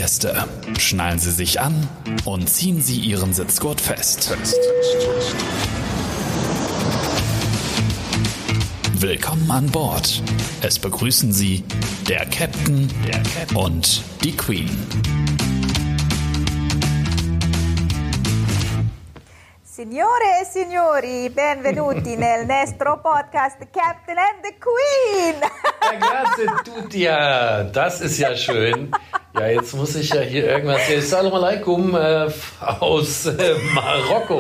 Gäste. Schnallen Sie sich an und ziehen Sie Ihren Sitzgurt fest. Willkommen an Bord. Es begrüßen Sie der Captain und die Queen. Signore e signori, benvenuti nel nostro podcast The Captain and the Queen. Grazie tutti, ja, das ist ja schön. Ja, jetzt muss ich ja hier irgendwas. Salam alaikum aus Marokko.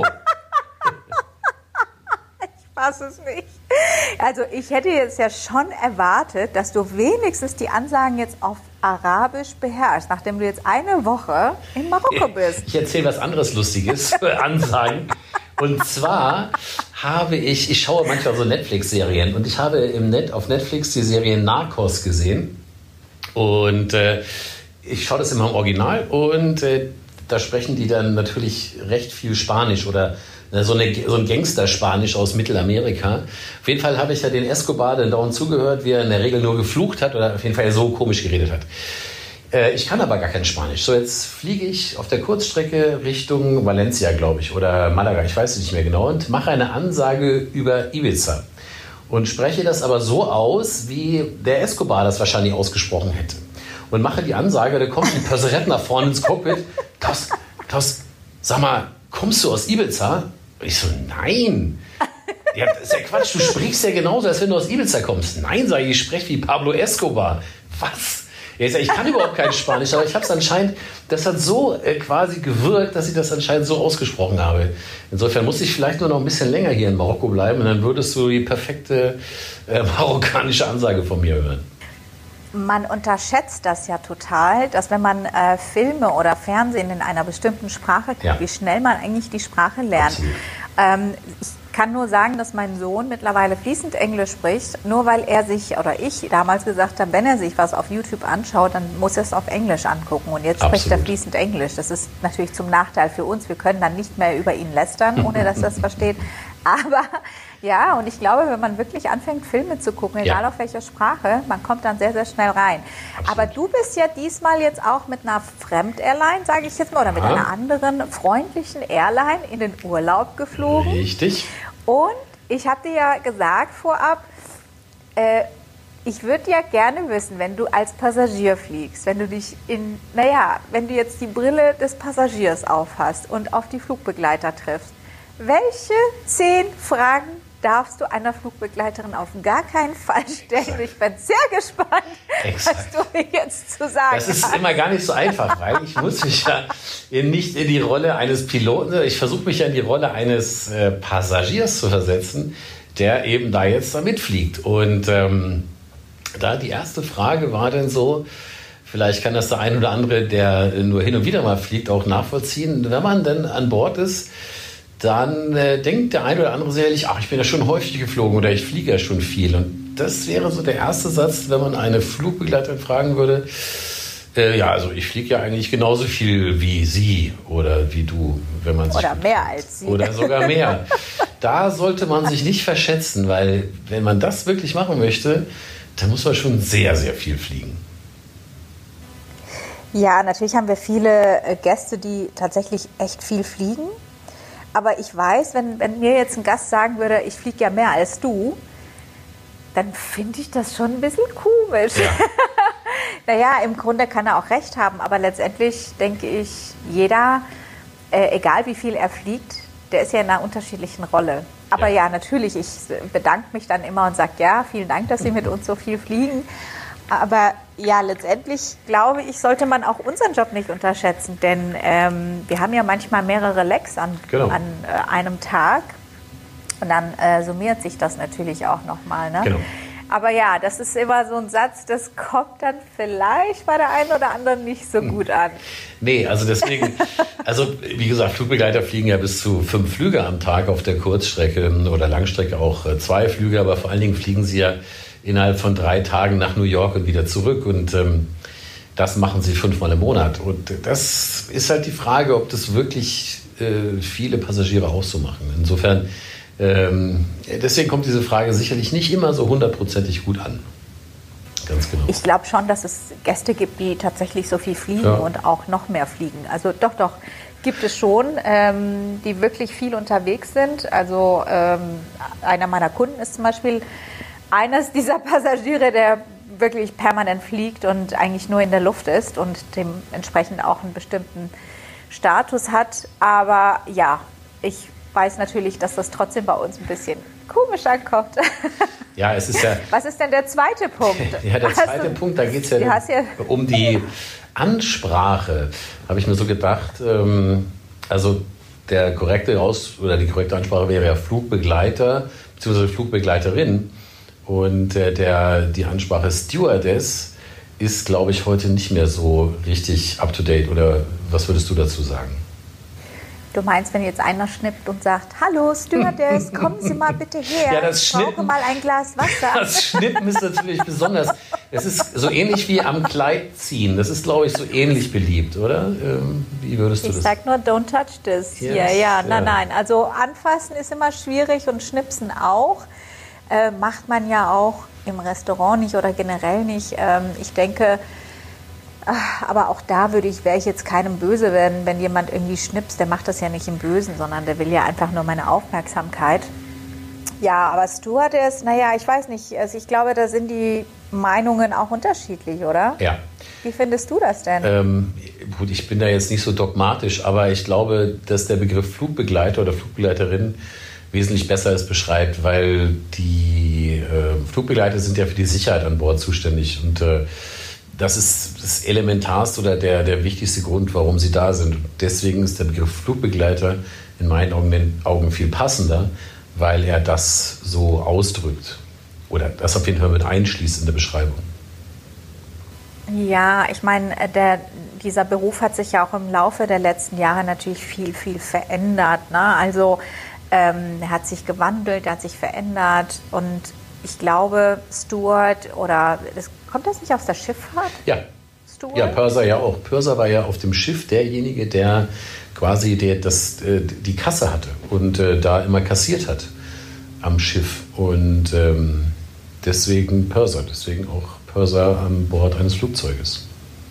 Ich fasse es nicht. Also ich hätte jetzt ja schon erwartet, dass du wenigstens die Ansagen jetzt auf Arabisch beherrschst, nachdem du jetzt eine Woche in Marokko bist. Ich erzähle was anderes Lustiges für Ansagen. Und zwar ich schaue manchmal so Netflix-Serien und ich habe auf Netflix die Serie Narcos gesehen. Und ich schaue das immer im Original und da sprechen die dann natürlich recht viel Spanisch oder so ein Gangster-Spanisch aus Mittelamerika. Auf jeden Fall habe ich ja den Escobar dann dauernd zugehört, wie er in der Regel nur geflucht hat oder auf jeden Fall so komisch geredet hat. Ich kann aber gar kein Spanisch. So, jetzt fliege ich auf der Kurzstrecke Richtung Valencia, glaube ich, oder Malaga, ich weiß es nicht mehr genau, und mache eine Ansage über Ibiza. Und spreche das aber so aus, wie der Escobar das wahrscheinlich ausgesprochen hätte. Und mache die Ansage, da kommt ein Passerett nach vorne ins Cockpit. Klaus, sag mal, kommst du aus Ibiza? Und ich so, nein. Ja, das ist ja Quatsch, du sprichst ja genauso, als wenn du aus Ibiza kommst. Nein, sage ich spreche wie Pablo Escobar. Was? Ja, ich kann überhaupt kein Spanisch, aber ich habe es anscheinend, das hat so quasi gewirkt, dass ich das anscheinend so ausgesprochen habe. Insofern muss ich vielleicht nur noch ein bisschen länger hier in Marokko bleiben und dann würdest du die perfekte marokkanische Ansage von mir hören. Man unterschätzt das ja total, dass wenn man Filme oder Fernsehen in einer bestimmten Sprache guckt, wie schnell man eigentlich die Sprache lernt. Ich kann nur sagen, dass mein Sohn mittlerweile fließend Englisch spricht, nur weil er sich, oder ich damals gesagt habe, wenn er sich was auf YouTube anschaut, dann muss er es auf Englisch angucken. Und jetzt spricht er fließend Englisch. Das ist natürlich zum Nachteil für uns. Wir können dann nicht mehr über ihn lästern, ohne dass er es versteht. Aber ja, und ich glaube, wenn man wirklich anfängt, Filme zu gucken, egal auf welcher Sprache, man kommt dann sehr, sehr schnell rein. Absolut. Aber du bist ja diesmal jetzt auch mit einer Fremd-Airline, sage ich jetzt mal, oder mit einer anderen freundlichen Airline in den Urlaub geflogen. Richtig. Und ich habe dir ja gesagt vorab, ich würde ja gerne wissen, wenn du als Passagier fliegst, wenn du dich wenn du jetzt die Brille des Passagiers aufhast und auf die Flugbegleiter triffst, welche 10 Fragen darfst du einer Flugbegleiterin auf gar keinen Fall stellen? Ich bin sehr gespannt, was du mir jetzt zu sagen hast. Das ist immer gar nicht so einfach, weil ich muss mich ja nicht in die Rolle eines Piloten, ich versuche mich ja in die Rolle eines Passagiers zu versetzen, der eben da jetzt da mitfliegt. Und da die erste Frage war dann so, vielleicht kann das der ein oder andere, der nur hin und wieder mal fliegt, auch nachvollziehen. Wenn man denn an Bord ist, dann denkt der eine oder andere sicherlich, ach, ich bin ja schon häufig geflogen oder ich fliege ja schon viel. Und das wäre so der erste Satz, wenn man eine Flugbegleiterin fragen würde, also ich fliege ja eigentlich genauso viel wie Sie oder wie du, wenn man sich... Oder mehr als Sie. Oder sogar mehr. Da sollte man sich nicht verschätzen, weil wenn man das wirklich machen möchte, dann muss man schon sehr, sehr viel fliegen. Ja, natürlich haben wir viele Gäste, die tatsächlich echt viel fliegen. Aber ich weiß, wenn mir jetzt ein Gast sagen würde, ich fliege ja mehr als du, dann finde ich das schon ein bisschen komisch. Ja. Naja, im Grunde kann er auch recht haben, aber letztendlich denke ich, jeder, egal wie viel er fliegt, der ist ja in einer unterschiedlichen Rolle. Aber ja, natürlich, ich bedanke mich dann immer und sage, ja, vielen Dank, dass Sie mit uns so viel fliegen. Aber ja, letztendlich glaube ich, sollte man auch unseren Job nicht unterschätzen, denn wir haben ja manchmal mehrere Lecks an einem Tag und dann summiert sich das natürlich auch nochmal. Ne? Genau. Aber ja, das ist immer so ein Satz, das kommt dann vielleicht bei der einen oder anderen nicht so gut an. Nee, also deswegen, wie gesagt, Flugbegleiter fliegen ja bis zu 5 Flüge am Tag auf der Kurzstrecke oder Langstrecke auch 2 Flüge, aber vor allen Dingen fliegen sie ja innerhalb von 3 Tagen nach New York und wieder zurück und das machen sie 5-mal im Monat. Und das ist halt die Frage, ob das wirklich viele Passagiere auch so machen. Insofern, deswegen kommt diese Frage sicherlich nicht immer so 100%ig gut an. ganz genau. Ich glaube schon, dass es Gäste gibt, die tatsächlich so viel fliegen und auch noch mehr fliegen. Also doch, gibt es schon, die wirklich viel unterwegs sind. Also einer meiner Kunden ist zum Beispiel eines dieser Passagiere, der wirklich permanent fliegt und eigentlich nur in der Luft ist und dementsprechend auch einen bestimmten Status hat. Aber ja, ich weiß natürlich, dass das trotzdem bei uns ein bisschen komisch ankommt. Ja, es ist ja... Was ist denn der zweite Punkt? Ja, der zweite Punkt, da geht es ja um die Ansprache. Habe ich mir so gedacht, also die korrekte Ansprache wäre ja Flugbegleiter bzw. Flugbegleiterin. Und die Ansprache Stewardess ist, glaube ich, heute nicht mehr so richtig up-to-date. Oder was würdest du dazu sagen? Du meinst, wenn jetzt einer schnippt und sagt, hallo Stewardess, kommen Sie mal bitte her, ja, ich brauche mal ein Glas Wasser. Das Schnippen ist natürlich besonders. Es ist so ähnlich wie am Kleid ziehen. Das ist, glaube ich, so ähnlich beliebt, oder? Wie würdest du das? Ich sag nur, don't touch this. Yes, Nein. Also anfassen ist immer schwierig und schnipsen auch. Macht man ja auch im Restaurant nicht oder generell nicht. Ich denke, aber auch da wäre ich jetzt keinem böse, wenn jemand irgendwie schnipst. Der macht das ja nicht im Bösen, sondern der will ja einfach nur meine Aufmerksamkeit. Ja, aber Stewardess, ich weiß nicht. Also ich glaube, da sind die Meinungen auch unterschiedlich, oder? Ja. Wie findest du das denn? Gut, ich bin da jetzt nicht so dogmatisch, aber ich glaube, dass der Begriff Flugbegleiter oder Flugbegleiterin wesentlich besser es beschreibt, weil die Flugbegleiter sind ja für die Sicherheit an Bord zuständig und das ist das Elementarste oder der wichtigste Grund, warum sie da sind. Und deswegen ist der Begriff Flugbegleiter in meinen Augen viel passender, weil er das so ausdrückt oder das auf jeden Fall mit einschließt in der Beschreibung. Ja, ich meine, dieser Beruf hat sich ja auch im Laufe der letzten Jahre natürlich viel, viel verändert, ne? Also er hat sich gewandelt, er hat sich verändert und ich glaube, Steward kommt das nicht aus der Schifffahrt? Ja. Steward? Ja, Purser ja auch. Purser war ja auf dem Schiff derjenige, der quasi die Kasse hatte und da immer kassiert hat am Schiff und deswegen Purser, deswegen auch Purser an Bord eines Flugzeuges.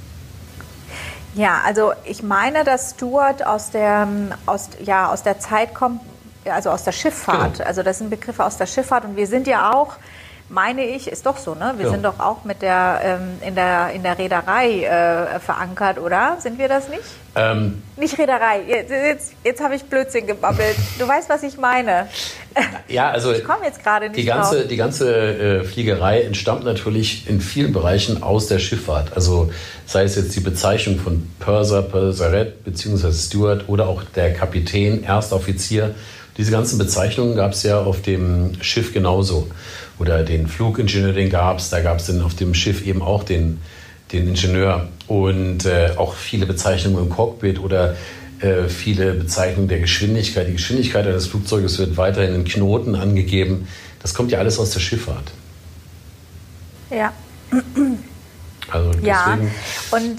Ja, also ich meine, dass Steward aus der Zeit kommt, also aus der Schifffahrt. Genau. Also das sind Begriffe aus der Schifffahrt und wir sind ja auch, meine ich, ist doch so, ne? Wir sind doch auch mit in der Reederei verankert, oder? Sind wir das nicht? Nicht Reederei. Jetzt habe ich Blödsinn gebabbelt. Du weißt, was ich meine. Ja, also ich komme jetzt gerade nicht drauf. Die ganze Fliegerei entstammt natürlich in vielen Bereichen aus der Schifffahrt. Also sei es jetzt die Bezeichnung von Purser, Purserette bzw. Steward oder auch der Kapitän, Erstoffizier. Diese ganzen Bezeichnungen gab es ja auf dem Schiff genauso. Oder den Flugingenieur, den gab es. Da gab es dann auf dem Schiff eben auch den Ingenieur. Und auch viele Bezeichnungen im Cockpit oder viele Bezeichnungen der Geschwindigkeit. Die Geschwindigkeit eines Flugzeuges wird weiterhin in Knoten angegeben. Das kommt ja alles aus der Schifffahrt. Ja. Also deswegen. Ja, und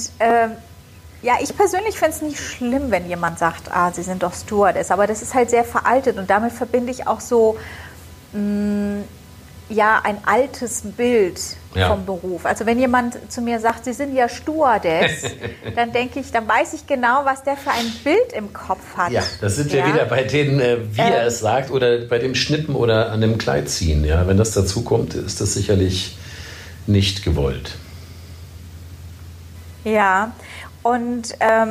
ich persönlich fände es nicht schlimm, wenn jemand sagt, Sie sind doch Stewardess, aber das ist halt sehr veraltet und damit verbinde ich auch so ein altes Bild vom Beruf. Also wenn jemand zu mir sagt, Sie sind ja Stewardess, dann weiß ich genau, was der für ein Bild im Kopf hat. Ja, das sind wir wieder bei denen, wie er es sagt oder bei dem Schnippen oder an dem Kleid ziehen. Ja, wenn das dazu kommt, ist das sicherlich nicht gewollt. Ja, und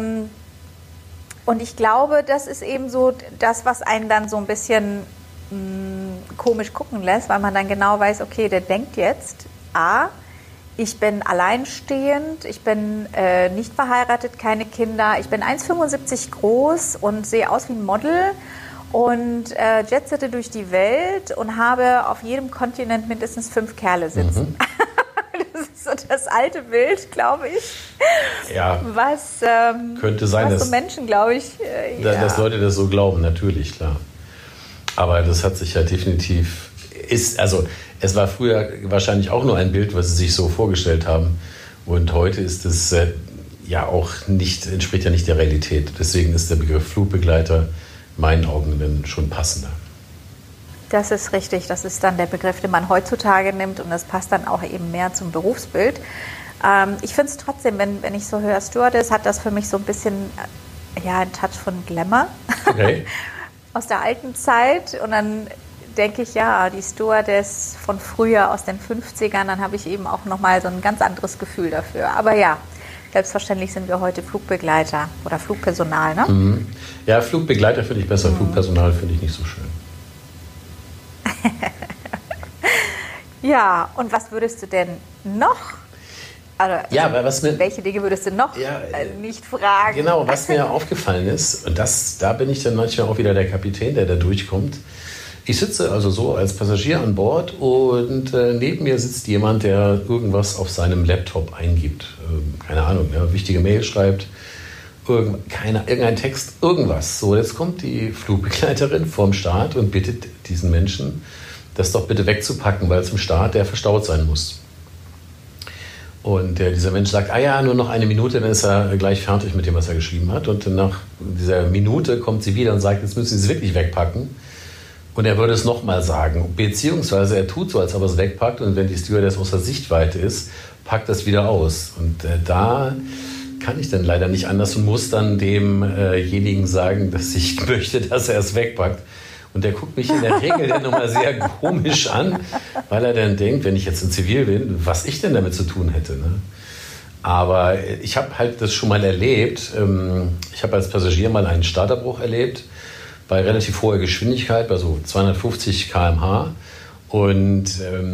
ich glaube, das ist eben so das, was einen dann so ein bisschen komisch gucken lässt, weil man dann genau weiß, okay, der denkt jetzt, ich bin alleinstehend, ich bin nicht verheiratet, keine Kinder, ich bin 1,75 groß und sehe aus wie ein Model und jetsette durch die Welt und habe auf jedem Kontinent mindestens 5 Kerle sitzen. Das ist so das alte Bild, glaube ich. Ja, was könnte sein, was so Menschen, glaube ich, dass Leute das so glauben, natürlich, klar. Aber das hat sich ja definitiv, es war früher wahrscheinlich auch nur ein Bild, was sie sich so vorgestellt haben. Und heute ist es entspricht ja nicht der Realität. Deswegen ist der Begriff Flugbegleiter in meinen Augen dann schon passender. Das ist richtig. Das ist dann der Begriff, den man heutzutage nimmt und das passt dann auch eben mehr zum Berufsbild. Ich finde es trotzdem, wenn ich so höre Stewardess, hat das für mich so ein bisschen einen Touch von Glamour Okay. aus der alten Zeit. Und dann denke ich, ja, die Stewardess von früher aus den 50ern, dann habe ich eben auch nochmal so ein ganz anderes Gefühl dafür. Aber ja, selbstverständlich sind wir heute Flugbegleiter oder Flugpersonal, ne? Mhm. Ja, Flugbegleiter finde ich besser, Flugpersonal finde ich nicht so schön. Ja, und was würdest du denn noch? Also, Ja, aber was mir, welche Dinge würdest du noch nicht fragen? genau, was mir aufgefallen ist, und da bin ich dann manchmal auch wieder der Kapitän, der da durchkommt. Ich sitze also so als Passagier an Bord und neben mir sitzt jemand, der irgendwas auf seinem Laptop eingibt. Keine Ahnung, wichtige Mail schreibt, irgendein Text, irgendwas. So, jetzt kommt die Flugbegleiterin vorm Start und bittet diesen Menschen, das doch bitte wegzupacken, weil zum Start der verstaut sein muss. Und dieser Mensch sagt, nur noch eine Minute, dann ist er gleich fertig mit dem, was er geschrieben hat. Und nach dieser Minute kommt sie wieder und sagt, jetzt müssen Sie es wirklich wegpacken. Und er würde es nochmal sagen, beziehungsweise er tut so, als ob er es wegpackt und wenn die Stewardess außer Sichtweite ist, packt das wieder aus. Und da kann ich dann leider nicht anders und muss dann demjenigen sagen, dass ich möchte, dass er es wegpackt. Und der guckt mich in der Regel dann nochmal sehr komisch an, weil er dann denkt, wenn ich jetzt in Zivil bin, was ich denn damit zu tun hätte. Ne? Aber ich habe halt das schon mal erlebt. Ich habe als Passagier mal einen Starterbruch erlebt, bei relativ hoher Geschwindigkeit, bei so 250 km/h. Und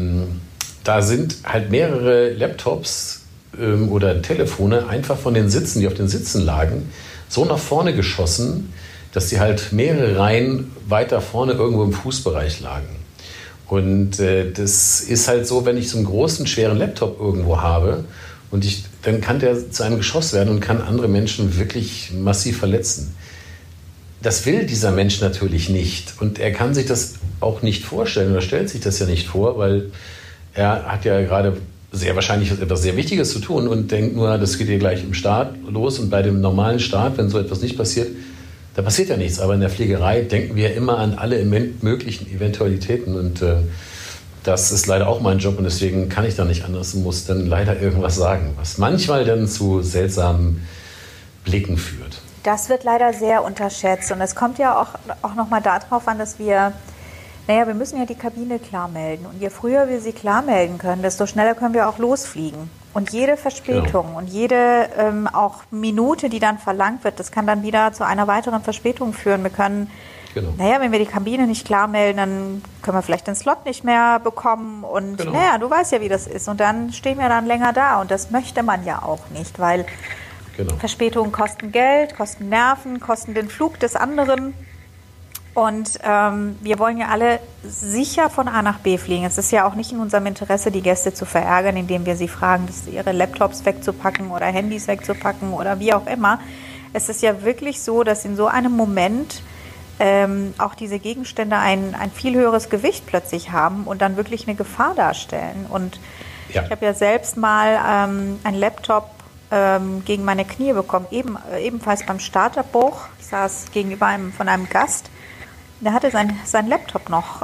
da sind halt mehrere Laptops oder Telefone einfach von den Sitzen, die auf den Sitzen lagen, so nach vorne geschossen, dass die halt mehrere Reihen weiter vorne irgendwo im Fußbereich lagen. Und das ist halt so, wenn ich so einen großen, schweren Laptop irgendwo habe, und dann kann der zu einem Geschoss werden und kann andere Menschen wirklich massiv verletzen. Das will dieser Mensch natürlich nicht. Und er kann sich das auch nicht vorstellen oder stellt sich das ja nicht vor, weil er hat ja gerade sehr wahrscheinlich etwas sehr Wichtiges zu tun und denkt nur, das geht hier gleich im Start los. Und bei dem normalen Start, wenn so etwas nicht passiert, da passiert ja nichts. Aber in der Fliegerei denken wir immer an alle möglichen Eventualitäten. Und das ist leider auch mein Job. Und deswegen kann ich da nicht anders und muss dann leider irgendwas sagen, was manchmal dann zu seltsamen Blicken führt. Das wird leider sehr unterschätzt und es kommt ja auch nochmal darauf an, dass wir müssen ja die Kabine klar melden und je früher wir sie klar melden können, desto schneller können wir auch losfliegen. Und jede Verspätung und jede auch Minute, die dann verlangt wird, das kann dann wieder zu einer weiteren Verspätung führen. Wir können, wenn wir die Kabine nicht klar melden, dann können wir vielleicht den Slot nicht mehr bekommen und du weißt ja, wie das ist und dann stehen wir dann länger da und das möchte man ja auch nicht, weil Verspätungen kosten Geld, kosten Nerven, kosten den Flug des anderen. Und wir wollen ja alle sicher von A nach B fliegen. Es ist ja auch nicht in unserem Interesse, die Gäste zu verärgern, indem wir sie fragen, ihre Laptops wegzupacken oder Handys wegzupacken oder wie auch immer. Es ist ja wirklich so, dass in so einem Moment auch diese Gegenstände ein viel höheres Gewicht plötzlich haben und dann wirklich eine Gefahr darstellen. Und ich habe ja selbst mal einen Laptop gegen meine Knie bekommen, ebenfalls beim Starterbruch. Ich saß gegenüber von einem Gast, der hatte sein Laptop noch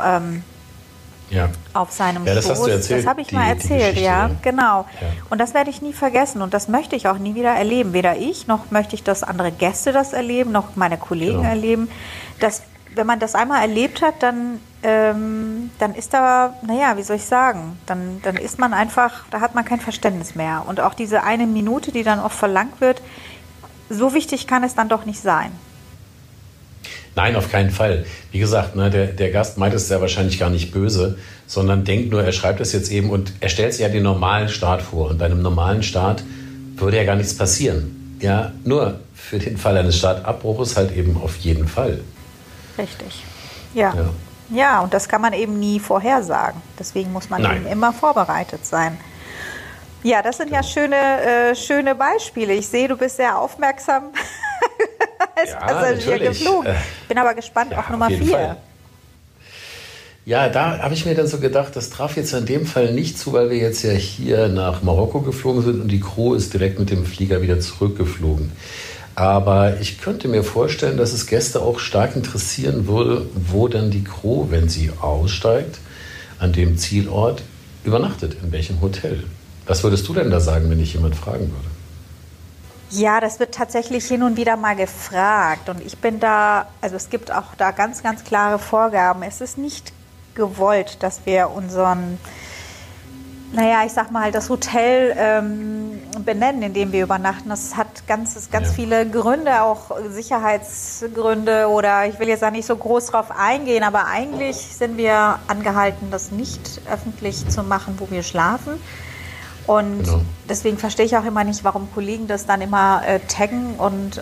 auf seinem Schoß. Das hast du erzählt. Das habe ich mal erzählt, genau. Ja. Und das werde ich nie vergessen und das möchte ich auch nie wieder erleben. Weder ich, noch möchte ich, dass andere Gäste das erleben, noch meine Kollegen erleben. Wenn man das einmal erlebt hat, dann ist da, wie soll ich sagen, dann ist man einfach, da hat man kein Verständnis mehr. Und auch diese eine Minute, die dann oft verlangt wird, so wichtig kann es dann doch nicht sein. Nein, auf keinen Fall. Wie gesagt, der Gast meint es sehr wahrscheinlich gar nicht böse, sondern denkt nur, er schreibt es jetzt eben und er stellt sich ja den normalen Start vor. Und bei einem normalen Start würde ja gar nichts passieren. Ja, nur für den Fall eines Startabbruches halt eben auf jeden Fall. Richtig. Ja, und das kann man eben nie vorhersagen. Deswegen muss man eben immer vorbereitet sein. Ja, das sind ja schöne Beispiele. Ich sehe, du bist sehr aufmerksam als Passagier geflogen. Ich bin aber gespannt auf Nummer 4. Ja, da habe ich mir dann so gedacht, das traf jetzt in dem Fall nicht zu, weil wir jetzt ja hier nach Marokko geflogen sind und die Crew ist direkt mit dem Flieger wieder zurückgeflogen. Aber ich könnte mir vorstellen, dass es Gäste auch stark interessieren würde, wo dann die Crew, wenn sie aussteigt, an dem Zielort übernachtet, in welchem Hotel. Was würdest du denn da sagen, wenn ich jemand fragen würde? Ja, das wird tatsächlich hin und wieder mal gefragt. Und ich bin da, also es gibt auch da ganz, ganz klare Vorgaben. Es ist nicht gewollt, dass wir unseren, ich sag mal, das Hotel benennen, in dem wir übernachten. Das hat ganz viele Gründe, auch Sicherheitsgründe, oder ich will jetzt da nicht so groß drauf eingehen, aber eigentlich sind wir angehalten, das nicht öffentlich zu machen, wo wir schlafen. Und deswegen verstehe ich auch immer nicht, warum Kollegen das dann immer taggen und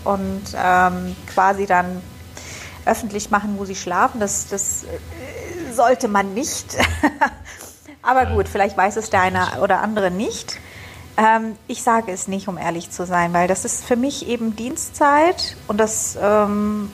quasi dann öffentlich machen, wo sie schlafen. Das sollte man nicht. Aber gut, vielleicht weiß es der eine oder andere nicht. Ich sage es nicht, um ehrlich zu sein, weil das ist für mich eben Dienstzeit und das, da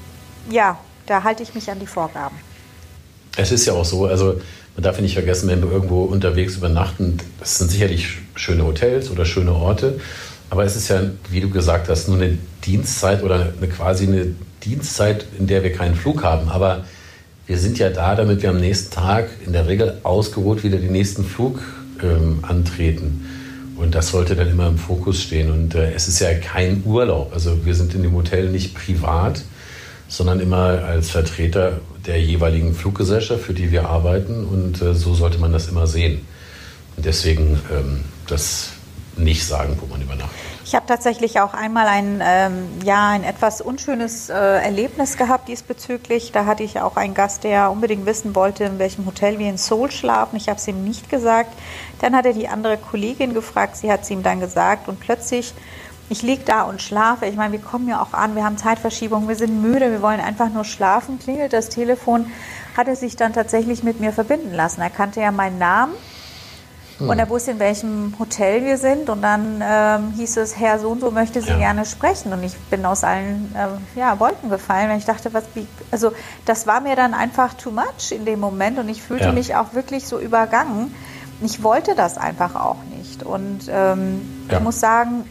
halte ich mich an die Vorgaben. Es ist ja auch so, also man darf ja nicht vergessen, wenn wir irgendwo unterwegs übernachten, das sind sicherlich schöne Hotels oder schöne Orte, aber es ist ja, wie du gesagt hast, nur eine Dienstzeit oder quasi eine Dienstzeit, in der wir keinen Flug haben. Aber wir sind ja da, damit wir am nächsten Tag in der Regel ausgeruht wieder den nächsten Flug antreten. Und das sollte dann immer im Fokus stehen. Und es ist ja kein Urlaub. Also wir sind in dem Hotel nicht privat, sondern immer als Vertreter der jeweiligen Fluggesellschaft, für die wir arbeiten. Und so sollte man das immer sehen. Und deswegen das nicht sagen, wo man übernachtet. Ich habe tatsächlich auch einmal ein etwas unschönes Erlebnis gehabt diesbezüglich. Da hatte ich auch einen Gast, der unbedingt wissen wollte, in welchem Hotel wir in Seoul schlafen. Ich habe es ihm nicht gesagt. Dann hat er die andere Kollegin gefragt, sie hat es ihm dann gesagt. Und plötzlich, ich liege da und schlafe. Ich meine, wir kommen ja auch an, wir haben Zeitverschiebung, wir sind müde, wir wollen einfach nur schlafen. Klingelt das Telefon, hat er sich dann tatsächlich mit mir verbinden lassen. Er kannte ja meinen Namen. Und er wusste, in welchem Hotel wir sind. Und dann hieß es, Herr so und so möchte Sie gerne sprechen. Und ich bin aus allen Wolken gefallen. Und ich dachte, also das war mir dann einfach too much in dem Moment. Und ich fühlte mich auch wirklich so übergangen. Ich wollte das einfach auch nicht. Und ich muss sagen,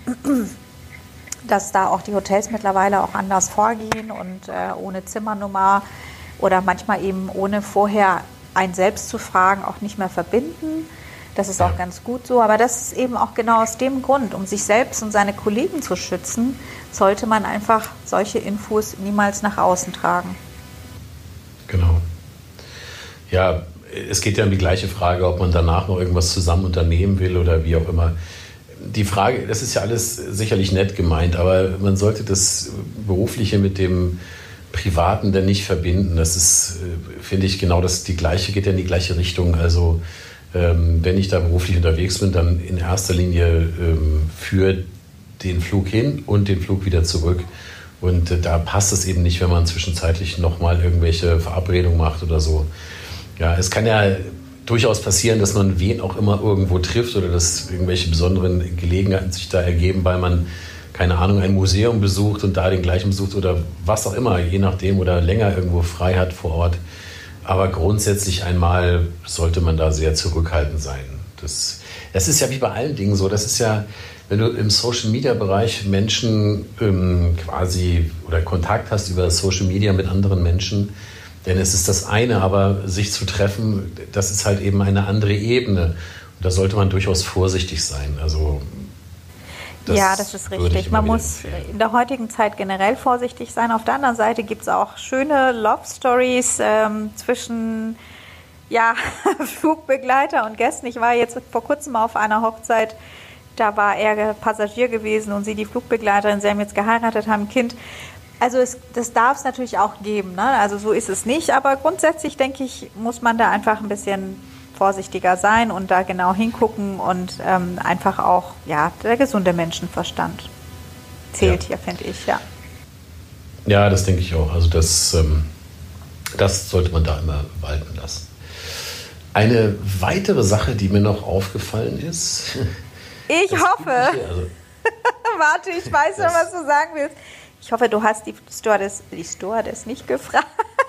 dass da auch die Hotels mittlerweile auch anders vorgehen und ohne Zimmernummer oder manchmal eben ohne vorher einen selbst zu fragen, auch nicht mehr verbinden. Das ist auch ganz gut so, aber das ist eben auch genau aus dem Grund, um sich selbst und seine Kollegen zu schützen, sollte man einfach solche Infos niemals nach außen tragen. Genau. Ja, es geht ja um die gleiche Frage, ob man danach noch irgendwas zusammen unternehmen will oder wie auch immer. Die Frage, das ist ja alles sicherlich nett gemeint, aber man sollte das Berufliche mit dem Privaten dann nicht verbinden. Das ist, finde ich, genau geht ja in die gleiche Richtung. Also wenn ich da beruflich unterwegs bin, dann in erster Linie für den Flug hin und den Flug wieder zurück. Und da passt es eben nicht, wenn man zwischenzeitlich nochmal irgendwelche Verabredungen macht oder so. Ja, es kann ja durchaus passieren, dass man wen auch immer irgendwo trifft oder dass irgendwelche besonderen Gelegenheiten sich da ergeben, weil man, keine Ahnung, ein Museum besucht und da den gleichen besucht oder was auch immer, je nachdem, oder länger irgendwo frei hat vor Ort. Aber grundsätzlich einmal sollte man da sehr zurückhaltend sein. Das ist ja wie bei allen Dingen so. Das ist ja, wenn du im Social-Media-Bereich Menschen quasi oder Kontakt hast über Social Media mit anderen Menschen, denn es ist das eine, aber sich zu treffen, das ist halt eben eine andere Ebene. Und da sollte man durchaus vorsichtig sein. Also das ist richtig. Man muss in der heutigen Zeit generell vorsichtig sein. Auf der anderen Seite gibt es auch schöne Love-Stories zwischen Flugbegleiter und Gästen. Ich war jetzt vor kurzem auf einer Hochzeit, da war er Passagier gewesen und sie die Flugbegleiterin. Sie haben jetzt geheiratet, haben ein Kind. Also das darf es natürlich auch geben, ne? Also so ist es nicht. Aber grundsätzlich, denke ich, muss man da einfach ein bisschen vorsichtiger sein und da genau hingucken und einfach auch, der gesunde Menschenverstand zählt hier, finde ich, Ja, das denke ich auch. Also das sollte man da immer walten lassen. Eine weitere Sache, die mir noch aufgefallen ist. Ich hoffe. Warte, ich weiß schon, was du sagen willst. Ich hoffe, du hast die Stewardess nicht gefragt.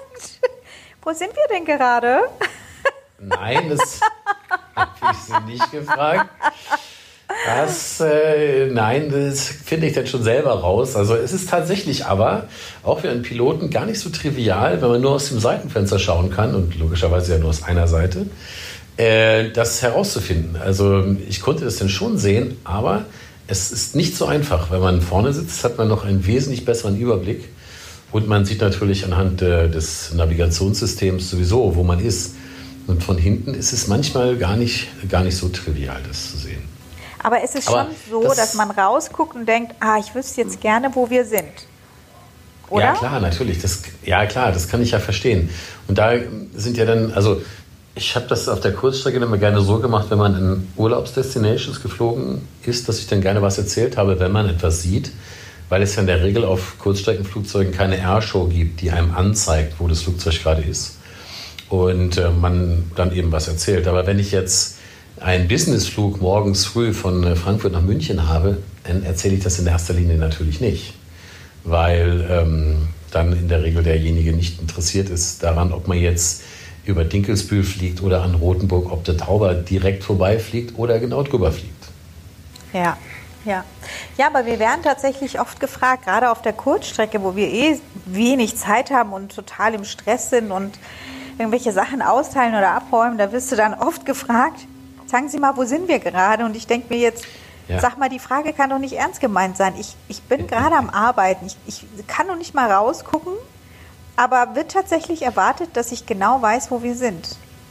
Wo sind wir denn gerade? Nein, das habe ich sie nicht gefragt. Da Nein, das finde ich dann schon selber raus. Also es ist tatsächlich aber, auch für einen Piloten, gar nicht so trivial, wenn man nur aus dem Seitenfenster schauen kann und logischerweise ja nur aus einer Seite, das herauszufinden. Also ich konnte das dann schon sehen, aber es ist nicht so einfach. Wenn man vorne sitzt, hat man noch einen wesentlich besseren Überblick und man sieht natürlich anhand des Navigationssystems sowieso, wo man ist. Und von hinten ist es manchmal gar nicht so trivial, das zu sehen. Aber es ist schon so, dass man rausguckt und denkt, ich wüsste jetzt gerne, wo wir sind. Oder? Ja, klar, natürlich. Das kann ich ja verstehen. Und da sind ja dann, also ich habe das auf der Kurzstrecke immer gerne so gemacht, wenn man in Urlaubsdestinations geflogen ist, dass ich dann gerne was erzählt habe, wenn man etwas sieht, weil es ja in der Regel auf Kurzstreckenflugzeugen keine Airshow gibt, die einem anzeigt, wo das Flugzeug gerade ist. Und man dann eben was erzählt. Aber wenn ich jetzt einen Businessflug morgens früh von Frankfurt nach München habe, dann erzähle ich das in erster Linie natürlich nicht. Weil dann in der Regel derjenige nicht interessiert ist daran, ob man jetzt über Dinkelsbühl fliegt oder an Rothenburg, ob der Tauber direkt vorbeifliegt oder genau drüber fliegt. Ja, aber wir werden tatsächlich oft gefragt, gerade auf der Kurzstrecke, wo wir wenig Zeit haben und total im Stress sind und irgendwelche Sachen austeilen oder abräumen, da wirst du dann oft gefragt, sagen Sie mal, wo sind wir gerade? Und ich denke mir jetzt, sag mal, die Frage kann doch nicht ernst gemeint sein. Ich bin gerade am Arbeiten, ich kann noch nicht mal rausgucken, aber wird tatsächlich erwartet, dass ich genau weiß, wo wir sind.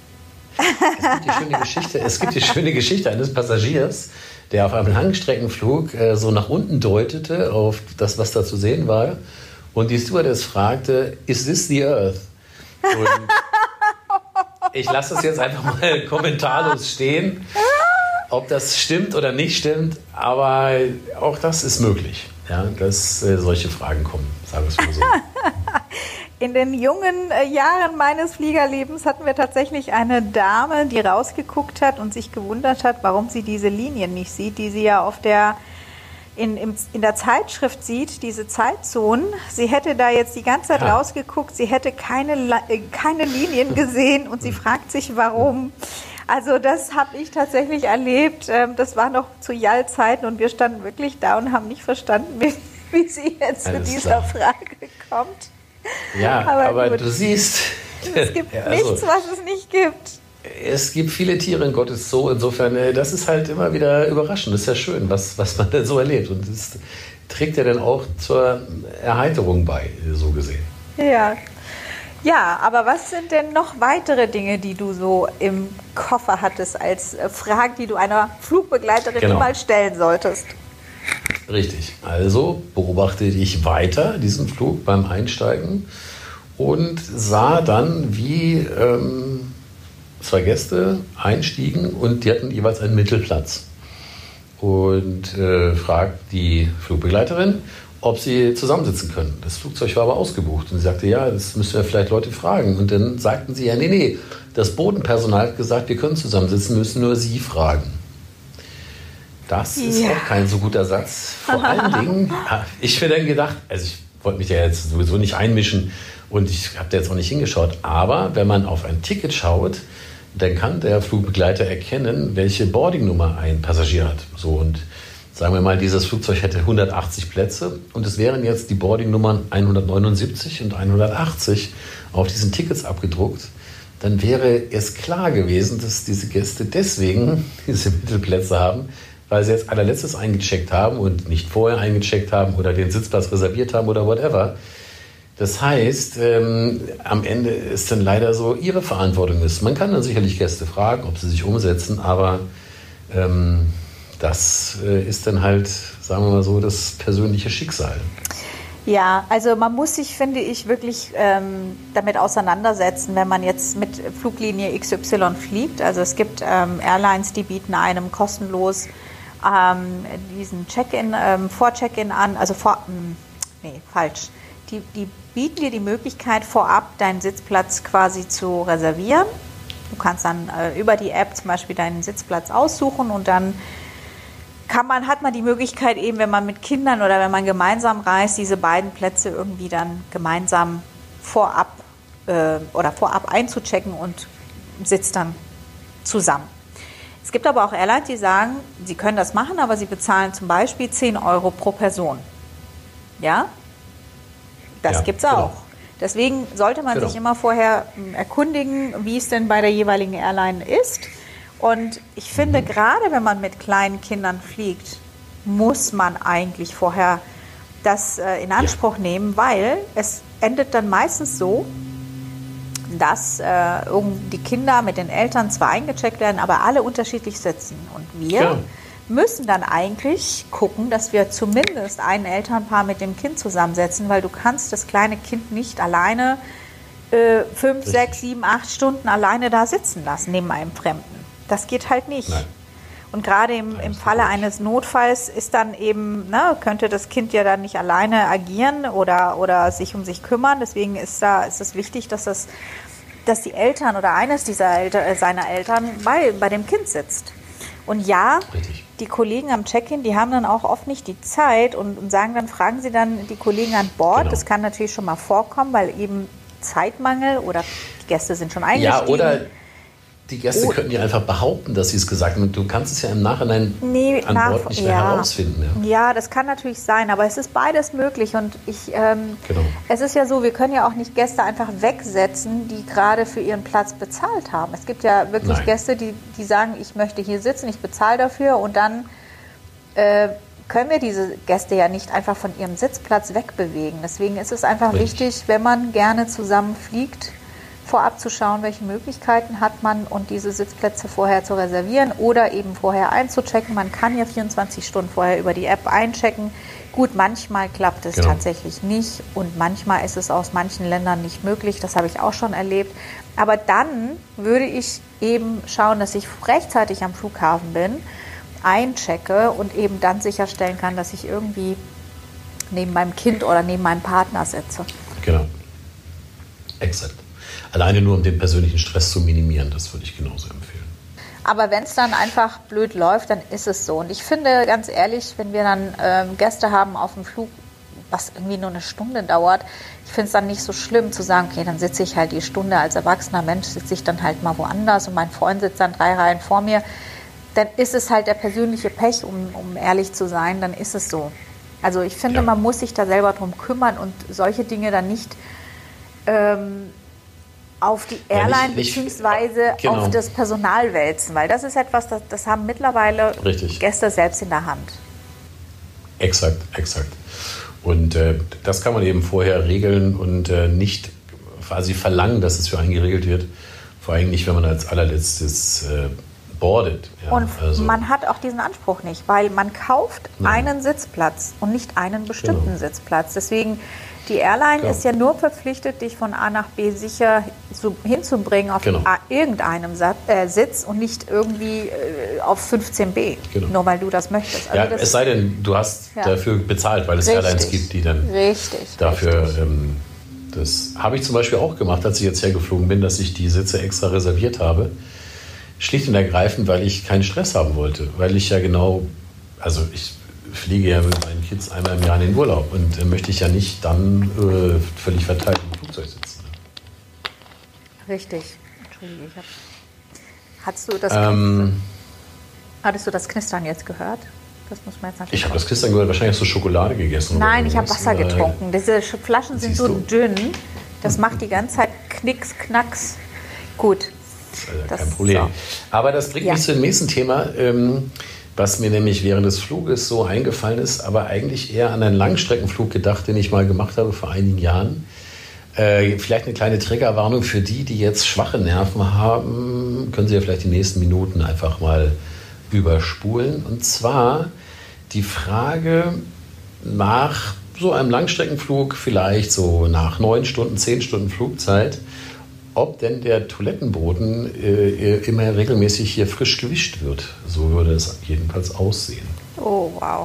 Es gibt die schöne Geschichte eines Passagiers, der auf einem Langstreckenflug so nach unten deutete, auf das, was da zu sehen war. Und die Stewardess fragte, "Is this the Earth?" Und ich lasse es jetzt einfach mal kommentarlos stehen, ob das stimmt oder nicht stimmt, aber auch das ist möglich, ja, dass solche Fragen kommen, sagen wir es mal so. In den jungen Jahren meines Fliegerlebens hatten wir tatsächlich eine Dame, die rausgeguckt hat und sich gewundert hat, warum sie diese Linien nicht sieht, die sie ja in der Zeitschrift sieht, diese Zeitzonen. Sie hätte da jetzt die ganze Zeit rausgeguckt, sie hätte keine Linien gesehen und sie fragt sich, warum. Also das habe ich tatsächlich erlebt. Das war noch zu JAL-Zeiten und wir standen wirklich da und haben nicht verstanden, wie sie jetzt zu dieser Frage kommt. Ja, aber du siehst... Es gibt nichts, was es nicht gibt. Es gibt viele Tiere in Gottes Zoo. Insofern, das ist halt immer wieder überraschend. Das ist ja schön, was man denn so erlebt. Und das trägt ja dann auch zur Erheiterung bei, so gesehen. Ja, aber was sind denn noch weitere Dinge, die du so im Koffer hattest, als Fragen, die du einer Flugbegleiterin niemals stellen solltest? Richtig. Also beobachtete ich weiter diesen Flug beim Einsteigen und sah dann, wie zwei Gäste einstiegen und die hatten jeweils einen Mittelplatz. Und fragt die Flugbegleiterin, ob sie zusammensitzen können. Das Flugzeug war aber ausgebucht. Und sie sagte, ja, das müssen wir vielleicht Leute fragen. Und dann sagten sie, ja, nee, das Bodenpersonal hat gesagt, wir können zusammensitzen, müssen nur Sie fragen. Das ist auch kein so guter Satz. Vor allen Dingen, ich mir dann gedacht, also ich wollte mich ja jetzt sowieso nicht einmischen und ich habe da jetzt auch nicht hingeschaut, aber wenn man auf ein Ticket schaut, dann kann der Flugbegleiter erkennen, welche Boardingnummer ein Passagier hat. So, und sagen wir mal, dieses Flugzeug hätte 180 Plätze und es wären jetzt die Boardingnummern 179 und 180 auf diesen Tickets abgedruckt, dann wäre es klar gewesen, dass diese Gäste deswegen diese Mittelplätze haben, weil sie jetzt allerletztes eingecheckt haben und nicht vorher eingecheckt haben oder den Sitzplatz reserviert haben oder whatever. Das heißt, am Ende ist dann leider so ihre Verantwortung ist. Man kann dann sicherlich Gäste fragen, ob sie sich umsetzen, aber das ist dann halt, sagen wir mal so, das persönliche Schicksal. Ja, also man muss sich, finde ich, wirklich damit auseinandersetzen, wenn man jetzt mit Fluglinie XY fliegt. Also es gibt Airlines, die bieten einem kostenlos diesen Check-in, Vor-Check-in an, also Die bieten dir die Möglichkeit, vorab deinen Sitzplatz quasi zu reservieren. Du kannst dann über die App zum Beispiel deinen Sitzplatz aussuchen und dann hat man die Möglichkeit eben, wenn man mit Kindern oder wenn man gemeinsam reist, diese beiden Plätze irgendwie dann gemeinsam vorab einzuchecken und sitzt dann zusammen. Es gibt aber auch Airlines, die sagen, sie können das machen, aber sie bezahlen zum Beispiel 10 Euro pro Person. Ja? Das gibt's auch. Genau. Deswegen sollte man sich immer vorher erkundigen, wie es denn bei der jeweiligen Airline ist. Und ich finde, gerade wenn man mit kleinen Kindern fliegt, muss man eigentlich vorher das in Anspruch nehmen, weil es endet dann meistens so, dass die Kinder mit den Eltern zwar eingecheckt werden, aber alle unterschiedlich sitzen. Und wir müssen dann eigentlich gucken, dass wir zumindest ein Elternpaar mit dem Kind zusammensetzen, weil du kannst das kleine Kind nicht alleine 5, 6, 7, 8 Stunden alleine da sitzen lassen, neben einem Fremden. Das geht halt nicht. Nein. Und gerade im Falle eines Notfalls ist dann eben, könnte das Kind ja dann nicht alleine agieren oder sich um sich kümmern. Deswegen ist es wichtig, dass die Eltern oder eines seiner Eltern bei dem Kind sitzt. Und die Kollegen am Check-in, die haben dann auch oft nicht die Zeit und fragen sie dann die Kollegen an Bord. Genau. Das kann natürlich schon mal vorkommen, weil eben Zeitmangel oder die Gäste sind schon eingestiegen. Ja, oder die Gäste könnten ja einfach behaupten, dass sie es gesagt haben. Du kannst es ja im Nachhinein an Bord nicht mehr herausfinden. Ja, das kann natürlich sein, aber es ist beides möglich. Und es ist ja so, wir können ja auch nicht Gäste einfach wegsetzen, die gerade für ihren Platz bezahlt haben. Es gibt ja wirklich Gäste, die sagen, ich möchte hier sitzen, ich bezahle dafür und dann können wir diese Gäste ja nicht einfach von ihrem Sitzplatz wegbewegen. Deswegen ist es einfach wichtig, wenn man gerne zusammen fliegt, vorab zu schauen, welche Möglichkeiten hat man und diese Sitzplätze vorher zu reservieren oder eben vorher einzuchecken. Man kann ja 24 Stunden vorher über die App einchecken. Gut, manchmal klappt es tatsächlich nicht und manchmal ist es aus manchen Ländern nicht möglich. Das habe ich auch schon erlebt. Aber dann würde ich eben schauen, dass ich rechtzeitig am Flughafen bin, einchecke und eben dann sicherstellen kann, dass ich irgendwie neben meinem Kind oder neben meinem Partner sitze. Genau. Exakt. Alleine nur, um den persönlichen Stress zu minimieren, das würde ich genauso empfehlen. Aber wenn es dann einfach blöd läuft, dann ist es so. Und ich finde, ganz ehrlich, wenn wir dann Gäste haben auf dem Flug, was irgendwie nur eine Stunde dauert, ich finde es dann nicht so schlimm zu sagen, okay, dann sitze ich halt die Stunde als erwachsener Mensch, sitze ich dann halt mal woanders und mein Freund sitzt dann 3 Reihen vor mir. Dann ist es halt der persönliche Pech, um ehrlich zu sein, dann ist es so. Also ich finde, man muss sich da selber drum kümmern und solche Dinge dann nicht auf die Airline beziehungsweise auf das Personal wälzen, weil das ist etwas, das haben mittlerweile Gäste selbst in der Hand. Exakt. Und das kann man eben vorher regeln und nicht quasi verlangen, dass es für einen geregelt wird, vor allem nicht, wenn man als allerletztes boardet. Ja, und man hat auch diesen Anspruch nicht, weil man kauft einen Sitzplatz und nicht einen bestimmten Sitzplatz. Deswegen die Airline ist ja nur verpflichtet, dich von A nach B sicher hinzubringen auf irgendeinem Sitz und nicht irgendwie auf 15b, nur weil du das möchtest. Also es sei denn, du hast dafür bezahlt, weil es Airlines gibt, die dann dafür... das habe ich zum Beispiel auch gemacht, als ich jetzt hergeflogen bin, dass ich die Sitze extra reserviert habe. Schlicht und ergreifend, weil ich keinen Stress haben wollte. Weil ich ja ich fliege ja mit meinen Kids einmal im Jahr in den Urlaub und möchte ich ja nicht dann völlig verteilt im Flugzeug sitzen. Richtig. Entschuldige, hattest du das Knistern jetzt gehört? Das muss man jetzt natürlich. Ich habe das Knistern gehört, wahrscheinlich hast du Schokolade gegessen. Nein, ich habe Wasser getrunken. Diese Flaschen sind so dünn, das macht die ganze Zeit Knicks, Knacks. Gut. Das ist kein Problem. So. Aber das bringt mich zu dem nächsten Thema, was mir nämlich während des Fluges so eingefallen ist, aber eigentlich eher an einen Langstreckenflug gedacht, den ich mal gemacht habe vor einigen Jahren. Vielleicht eine kleine Triggerwarnung für die jetzt schwache Nerven haben, können Sie ja vielleicht die nächsten Minuten einfach mal überspulen. Und zwar die Frage nach so einem Langstreckenflug, vielleicht so nach 9 Stunden, 10 Stunden Flugzeit, ob denn der Toilettenboden immer regelmäßig hier frisch gewischt wird. So würde es jedenfalls aussehen. Oh, wow.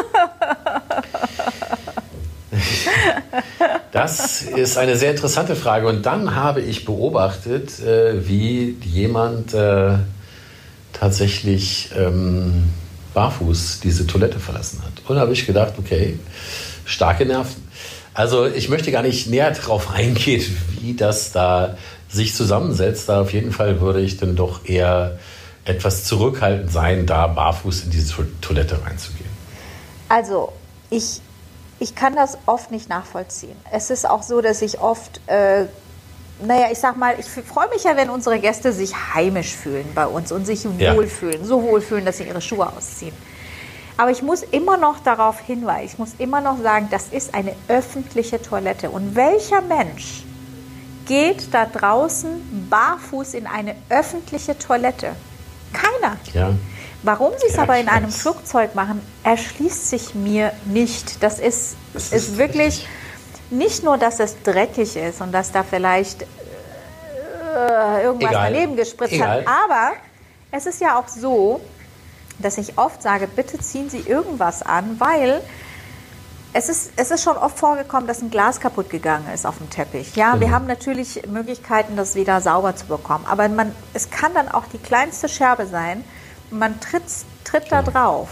Das ist eine sehr interessante Frage. Und dann habe ich beobachtet, wie jemand tatsächlich barfuß diese Toilette verlassen hat. Und da habe ich gedacht, okay, starke Nerven. Also ich möchte gar nicht näher darauf eingehen, wie das da sich zusammensetzt. Da auf jeden Fall würde ich dann doch eher etwas zurückhaltend sein, da barfuß in diese Toilette reinzugehen? Also, ich kann das oft nicht nachvollziehen. Es ist auch so, dass ich oft, ich sag mal, ich freue mich ja, wenn unsere Gäste sich heimisch fühlen bei uns und sich wohlfühlen, so wohlfühlen, dass sie ihre Schuhe ausziehen. Aber ich muss immer noch darauf hinweisen, ich muss immer noch sagen, das ist eine öffentliche Toilette. Und welcher Mensch geht da draußen barfuß in eine öffentliche Toilette? Keiner. Ja. Warum sie es aber in einem weiß. Flugzeug machen, erschließt sich mir nicht. Das ist wirklich nicht nur, dass es dreckig ist und dass da vielleicht irgendwas daneben gespritzt hat, aber es ist ja auch so, dass ich oft sage, bitte ziehen Sie irgendwas an, weil es ist schon oft vorgekommen, dass ein Glas kaputt gegangen ist auf dem Teppich. Ja, wir haben natürlich Möglichkeiten, das wieder sauber zu bekommen, aber es kann dann auch die kleinste Scherbe sein, man tritt da drauf,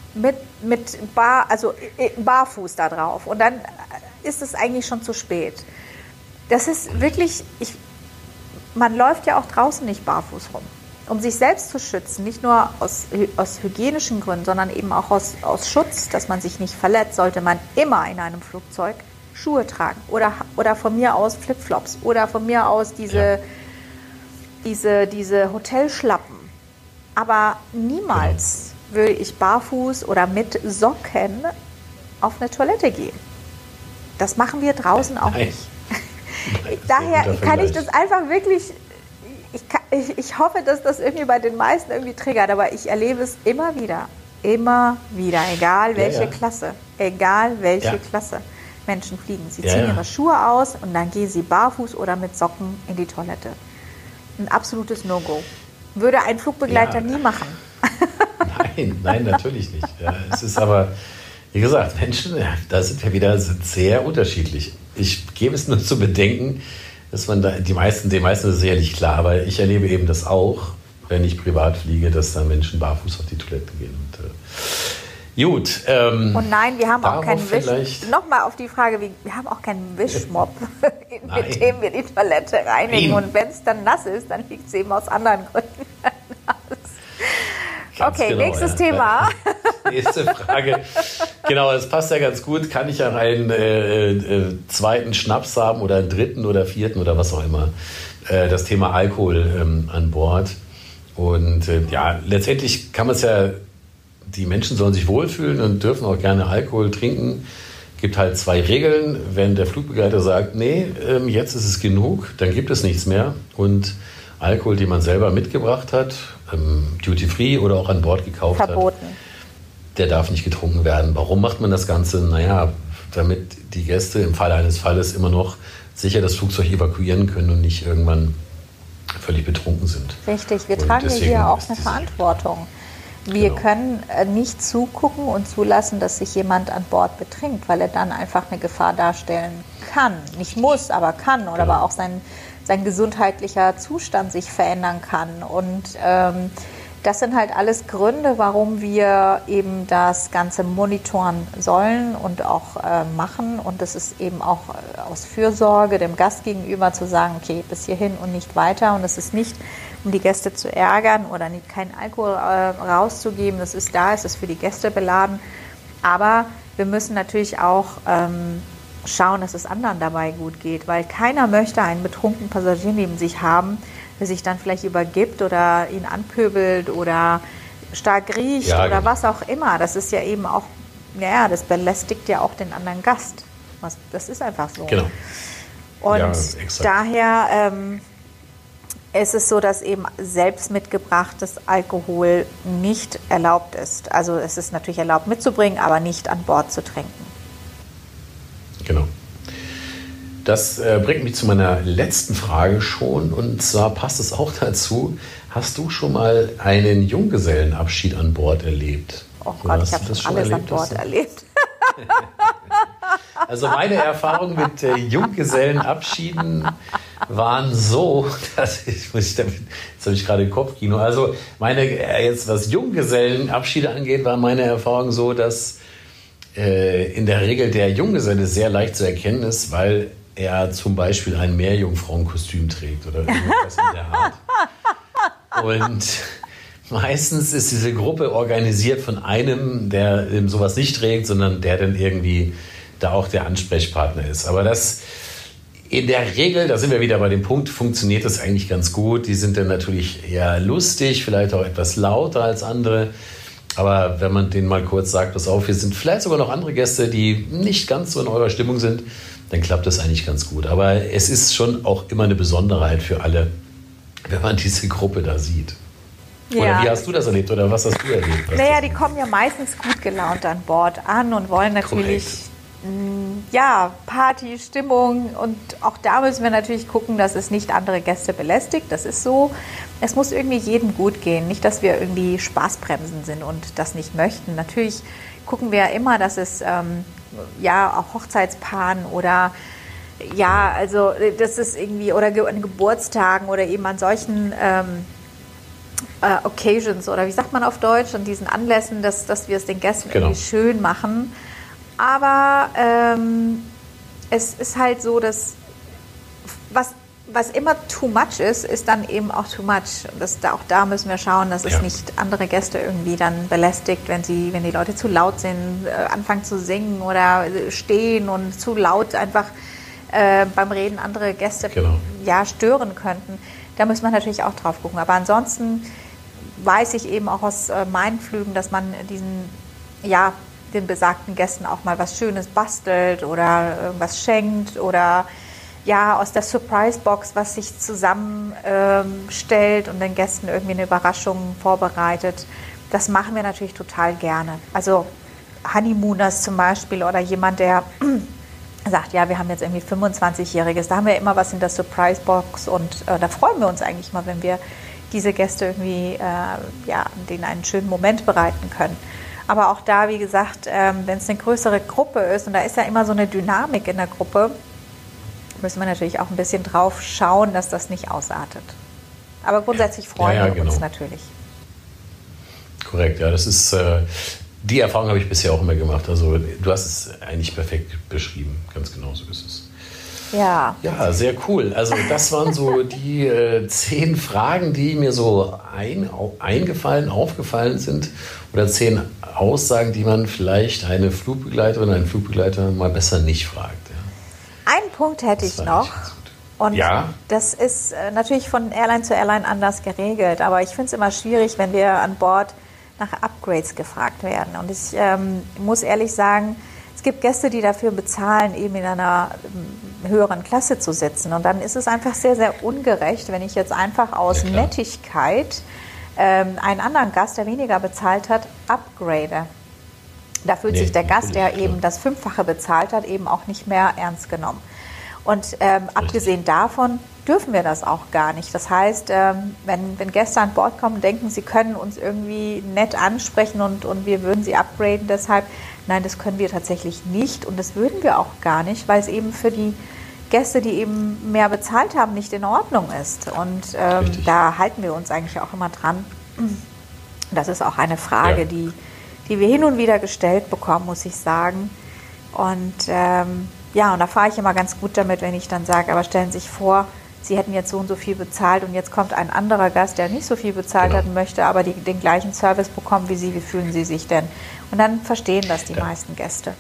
barfuß da drauf und dann ist es eigentlich schon zu spät. Das ist wirklich, man läuft ja auch draußen nicht barfuß rum. Um sich selbst zu schützen, nicht nur aus hygienischen Gründen, sondern eben auch aus Schutz, dass man sich nicht verletzt, sollte man immer in einem Flugzeug Schuhe tragen. Oder von mir aus Flipflops. Oder von mir aus diese Hotelschlappen. Aber niemals würde ich barfuß oder mit Socken auf eine Toilette gehen. Das machen wir draußen auch nicht. Daher kann ich das einfach wirklich... Ich hoffe, dass das irgendwie bei den meisten irgendwie triggert, aber ich erlebe es immer wieder, egal welche Klasse, Klasse Menschen fliegen. Sie ziehen ihre Schuhe aus und dann gehen sie barfuß oder mit Socken in die Toilette. Ein absolutes No-Go. Würde ein Flugbegleiter nie machen. Nein, natürlich nicht. Ja, es ist aber, wie gesagt, Menschen, da sind wir wieder sehr unterschiedlich. Ich gebe es nur zu bedenken, dass man da, den meisten ist es sicherlich klar, aber ich erlebe eben das auch, wenn ich privat fliege, dass da Menschen barfuß auf die Toilette gehen. Und, gut. Und nein, wir haben auch keinen Nochmal auf die Frage, wir haben auch keinen Wischmopp, mit dem wir die Toilette reinigen. Und wenn es dann nass ist, dann liegt es eben aus anderen Gründen nass. Okay, genau, nächstes Thema. Nächste Frage. Genau, das passt ja ganz gut. Kann ich ja einen zweiten Schnaps haben oder einen dritten oder vierten oder was auch immer? Das Thema Alkohol an Bord. Und letztendlich kann man es ja, die Menschen sollen sich wohlfühlen und dürfen auch gerne Alkohol trinken. Es gibt halt 2 Regeln. Wenn der Flugbegleiter sagt, nee, jetzt ist es genug, dann gibt es nichts mehr. Und Alkohol, den man selber mitgebracht hat, Duty-Free oder auch an Bord gekauft hat, der darf nicht getrunken werden. Warum macht man das Ganze? Naja, damit die Gäste im Falle eines Falles immer noch sicher das Flugzeug evakuieren können und nicht irgendwann völlig betrunken sind. Richtig, wir tragen hier auch eine Verantwortung. Wir können nicht zugucken und zulassen, dass sich jemand an Bord betrinkt, weil er dann einfach eine Gefahr darstellen kann. Nicht muss, aber kann. Oder aber auch sein gesundheitlicher Zustand sich verändern kann. Und das sind halt alles Gründe, warum wir eben das Ganze monitoren sollen und auch machen. Und das ist eben auch aus Fürsorge dem Gast gegenüber zu sagen, okay, bis hierhin und nicht weiter. Und es ist nicht, um die Gäste zu ärgern oder keinen Alkohol rauszugeben. Es ist für die Gäste beladen. Aber wir müssen natürlich auch schauen, dass es anderen dabei gut geht, weil keiner möchte einen betrunkenen Passagier neben sich haben, der sich dann vielleicht übergibt oder ihn anpöbelt oder stark riecht oder was auch immer. Das ist ja eben auch, das belästigt ja auch den anderen Gast. Das ist einfach so. Genau. Und daher ist es so, dass eben selbst mitgebrachtes Alkohol nicht erlaubt ist. Also es ist natürlich erlaubt mitzubringen, aber nicht an Bord zu trinken. Genau. Das bringt mich zu meiner letzten Frage schon. Und zwar passt es auch dazu. Hast du schon mal einen Junggesellenabschied an Bord erlebt? Oh Gott, ich habe schon alles an Bord erlebt. Also meine Erfahrungen mit Junggesellenabschieden waren so, dass jetzt habe ich gerade Kopfkino. Also jetzt was Junggesellenabschiede angeht, war meine Erfahrung so, dass in der Regel der Junggeselle sehr leicht zu erkennen ist, weil er zum Beispiel ein Meerjungfrauenkostüm trägt oder irgendwas in der Art. Und Meistens ist diese Gruppe organisiert von einem, der sowas nicht trägt, sondern der dann irgendwie da auch der Ansprechpartner ist. Aber das in der Regel, da sind wir wieder bei dem Punkt, funktioniert das eigentlich ganz gut. Die sind dann natürlich eher lustig, vielleicht auch etwas lauter als andere. Aber wenn man denen mal kurz sagt, pass auf, wir sind vielleicht sogar noch andere Gäste, die nicht ganz so in eurer Stimmung sind, dann klappt das eigentlich ganz gut. Aber es ist schon auch immer eine Besonderheit für alle, wenn man diese Gruppe da sieht. Oder Ja. wie hast du das erlebt oder was hast du erlebt? Naja, die kommen ja meistens gut gelaunt an Bord an und wollen natürlich Party, Stimmung, und auch da müssen wir natürlich gucken, dass es nicht andere Gäste belästigt. Das ist so. Es muss irgendwie jedem gut gehen. Nicht, dass wir irgendwie Spaßbremsen sind und das nicht möchten. Natürlich gucken wir ja immer, dass es auch Hochzeitspaaren oder also das ist irgendwie, oder an Geburtstagen oder eben an solchen Occasions, oder wie sagt man auf Deutsch, an diesen Anlässen, dass wir es den Gästen irgendwie schön machen. Aber es ist halt so, dass was immer too much ist dann eben auch too much. Auch da müssen wir schauen, dass es nicht andere Gäste irgendwie dann belästigt, wenn die Leute zu laut sind, anfangen zu singen oder stehen und zu laut einfach beim Reden andere Gäste stören könnten. Da muss man natürlich auch drauf gucken. Aber ansonsten weiß ich eben auch aus meinen Flügen, dass man den besagten Gästen auch mal was Schönes bastelt oder irgendwas schenkt oder aus der Surprise-Box was sich zusammenstellt und den Gästen irgendwie eine Überraschung vorbereitet. Das machen wir natürlich total gerne. Also Honeymooners zum Beispiel oder jemand, der sagt, ja, wir haben jetzt irgendwie 25-Jähriges, da haben wir immer was in der Surprise-Box und da freuen wir uns eigentlich mal, wenn wir diese Gäste irgendwie, denen einen schönen Moment bereiten können. Aber auch da, wie gesagt, wenn es eine größere Gruppe ist und da ist ja immer so eine Dynamik in der Gruppe, müssen wir natürlich auch ein bisschen drauf schauen, dass das nicht ausartet. Aber grundsätzlich freuen wir uns natürlich. Korrekt, ja, das ist, die Erfahrung habe ich bisher auch immer gemacht. Also du hast es eigentlich perfekt beschrieben, ganz genau so ist es. Ja. Ja, sehr cool. Also das waren so die 10 Fragen, die mir so aufgefallen sind. Oder 10 Aussagen, die man vielleicht eine Flugbegleiterin, einen Flugbegleiter mal besser nicht fragt. Ja. Einen Punkt hätte ich noch. Und das ist natürlich von Airline zu Airline anders geregelt. Aber ich finde es immer schwierig, wenn wir an Bord nach Upgrades gefragt werden. Und ich muss ehrlich sagen, es gibt Gäste, die dafür bezahlen, eben in einer höheren Klasse zu sitzen. Und dann ist es einfach sehr, sehr ungerecht, wenn ich jetzt einfach aus Nettigkeit einen anderen Gast, der weniger bezahlt hat, upgrade. Da fühlt sich der Gast, der eben das 5-fache bezahlt hat, eben auch nicht mehr ernst genommen. Und abgesehen davon dürfen wir das auch gar nicht. Das heißt, wenn Gäste an Bord kommen, denken, sie können uns irgendwie nett ansprechen und wir würden sie upgraden. Deshalb, nein, das können wir tatsächlich nicht und das würden wir auch gar nicht, weil es eben für die Gäste, die eben mehr bezahlt haben, nicht in Ordnung ist. Und da halten wir uns eigentlich auch immer dran. Das ist auch eine Frage, die wir hin und wieder gestellt bekommen, muss ich sagen. Und und da fahre ich immer ganz gut damit, wenn ich dann sage, aber stellen Sie sich vor, Sie hätten jetzt so und so viel bezahlt und jetzt kommt ein anderer Gast, der nicht so viel bezahlt hat, möchte aber den gleichen Service bekommen wie Sie. Wie fühlen Sie sich denn? Und dann verstehen das die meisten Gäste.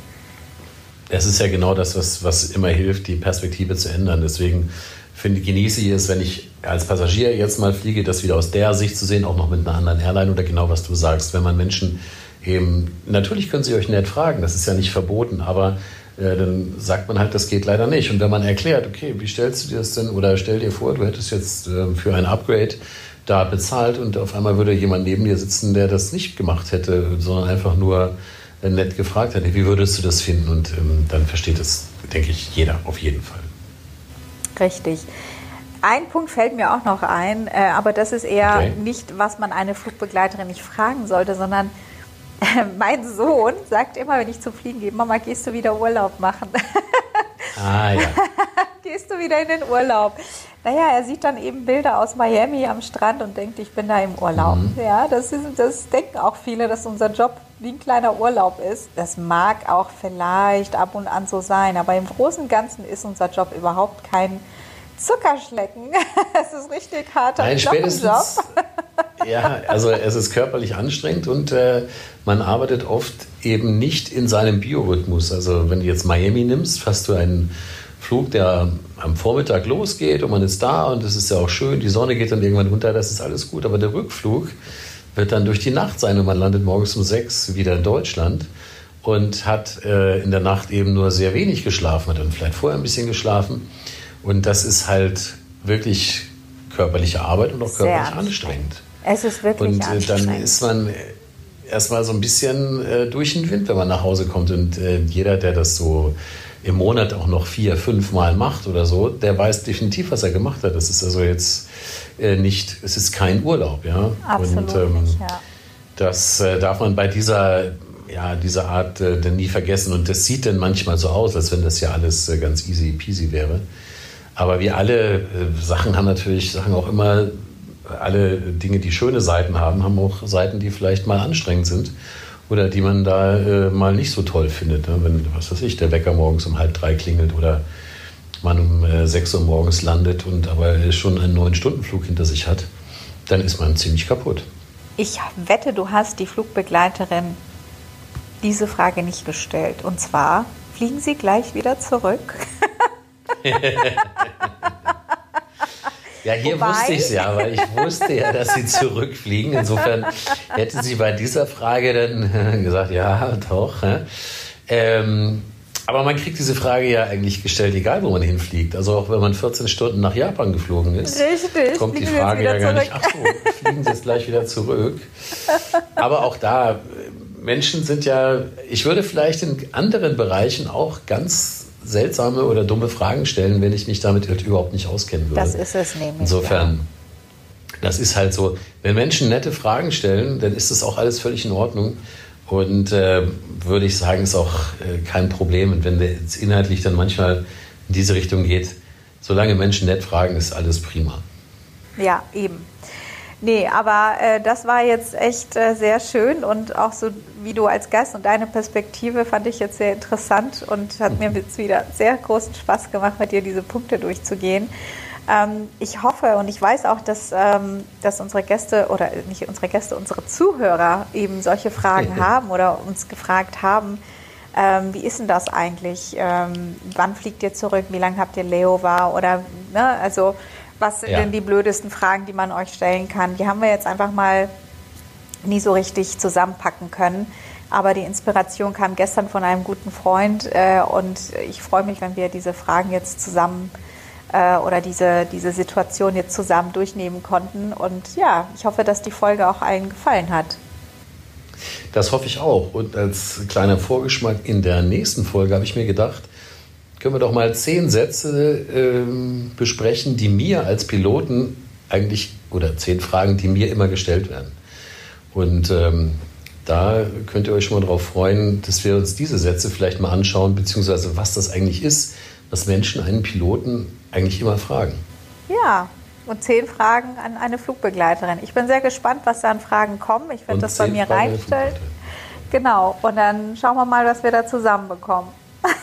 Es ist ja genau das, was immer hilft, die Perspektive zu ändern. Deswegen genieße ich es, wenn ich als Passagier jetzt mal fliege, das wieder aus der Sicht zu sehen, auch noch mit einer anderen Airline oder genau, was du sagst. Wenn man Menschen eben, natürlich können sie euch nett fragen, das ist ja nicht verboten, aber dann sagt man halt, das geht leider nicht. Und wenn man erklärt, okay, wie stellst du dir das denn, oder stell dir vor, du hättest jetzt für ein Upgrade da bezahlt und auf einmal würde jemand neben dir sitzen, der das nicht gemacht hätte, sondern einfach nur nett gefragt hätte, wie würdest du das finden? Und dann versteht es, denke ich, jeder auf jeden Fall. Richtig. Ein Punkt fällt mir auch noch ein, aber das ist eher nicht, was man eine Flugbegleiterin nicht fragen sollte, sondern mein Sohn sagt immer, wenn ich zum Fliegen gehe, Mama, gehst du wieder Urlaub machen? Ah ja. Gehst du wieder in den Urlaub? Naja, er sieht dann eben Bilder aus Miami am Strand und denkt, ich bin da im Urlaub. Ja, das denken auch viele, dass unser Job wie ein kleiner Urlaub ist. Das mag auch vielleicht ab und an so sein, aber im Großen und Ganzen ist unser Job überhaupt kein Zuckerschlecken. Es ist richtig harter Job. Ja, also es ist körperlich anstrengend und man arbeitet oft eben nicht in seinem Biorhythmus. Also wenn du jetzt Miami nimmst, hast du einen Flug, der am Vormittag losgeht und man ist da und es ist ja auch schön, die Sonne geht dann irgendwann unter, das ist alles gut. Aber der Rückflug wird dann durch die Nacht sein und man landet morgens um 6 wieder in Deutschland und hat in der Nacht eben nur sehr wenig geschlafen, hat dann vielleicht vorher ein bisschen geschlafen. Und das ist halt wirklich körperliche Arbeit und auch körperlich anstrengend. Es ist wirklich anstrengend. Dann ist man erstmal so ein bisschen durch den Wind, wenn man nach Hause kommt. Und jeder, der das so im Monat auch noch 4-5 Mal macht oder so, der weiß definitiv, was er gemacht hat. Das ist also jetzt es ist kein Urlaub. Ja? Absolut und nicht, ja. Das darf man bei dieser Art nie vergessen. Und das sieht dann manchmal so aus, als wenn das ja alles ganz easy peasy wäre. Aber wie alle Sachen sagen auch immer, alle Dinge, die schöne Seiten haben auch Seiten, die vielleicht mal anstrengend sind oder die man da mal nicht so toll findet. Ne? Wenn, was weiß ich, der Wecker morgens um 2:30 klingelt oder man um 6 Uhr morgens landet und aber schon einen 9-Stunden-Flug hinter sich hat, dann ist man ziemlich kaputt. Ich wette, du hast die Flugbegleiterin diese Frage nicht gestellt. Und zwar, fliegen Sie gleich wieder zurück? Ja, hier wusste ich es ja, weil ich wusste ja, dass Sie zurückfliegen. Insofern hätte sie bei dieser Frage dann gesagt, ja, doch. Aber man kriegt diese Frage ja eigentlich gestellt, egal wo man hinfliegt. Also auch wenn man 14 Stunden nach Japan geflogen ist, richtig, kommt die Frage ja gar nicht, ach so, fliegen Sie jetzt gleich wieder zurück. Aber auch da, Menschen sind ja, ich würde vielleicht in anderen Bereichen auch ganz seltsame oder dumme Fragen stellen, wenn ich mich damit überhaupt nicht auskennen würde. Das ist es nämlich. Insofern, das ist halt so, wenn Menschen nette Fragen stellen, dann ist das auch alles völlig in Ordnung und würde ich sagen, ist auch kein Problem. Und wenn es inhaltlich dann manchmal in diese Richtung geht, solange Menschen nett fragen, ist alles prima. Ja, eben. Nee, aber das war jetzt echt sehr schön und auch so wie du als Gast und deine Perspektive fand ich jetzt sehr interessant und hat mir jetzt wieder sehr großen Spaß gemacht, mit dir diese Punkte durchzugehen. Ich hoffe und ich weiß auch, dass unsere Gäste oder nicht unsere Gäste, unsere Zuhörer eben solche Fragen haben oder uns gefragt haben, wie ist denn das eigentlich? Wann fliegt ihr zurück? Wie lange habt ihr Layover? Oder, ne, also was sind denn die blödesten Fragen, die man euch stellen kann? Die haben wir jetzt einfach mal nie so richtig zusammenpacken können. Aber die Inspiration kam gestern von einem guten Freund und ich freue mich, wenn wir diese Fragen jetzt zusammen oder diese Situation jetzt zusammen durchnehmen konnten. Und ja, ich hoffe, dass die Folge auch allen gefallen hat. Das hoffe ich auch. Und als kleiner Vorgeschmack in der nächsten Folge habe ich mir gedacht, können wir doch mal 10 Sätze besprechen, die mir als Piloten eigentlich, oder 10 Fragen, die mir immer gestellt werden. Und da könnt ihr euch schon mal darauf freuen, dass wir uns diese Sätze vielleicht mal anschauen, beziehungsweise was das eigentlich ist, was Menschen einen Piloten eigentlich immer fragen. Ja, und 10 Fragen an eine Flugbegleiterin. Ich bin sehr gespannt, was da an Fragen kommen. Ich werde das bei mir reinstellen. Genau, und dann schauen wir mal, was wir da zusammenbekommen.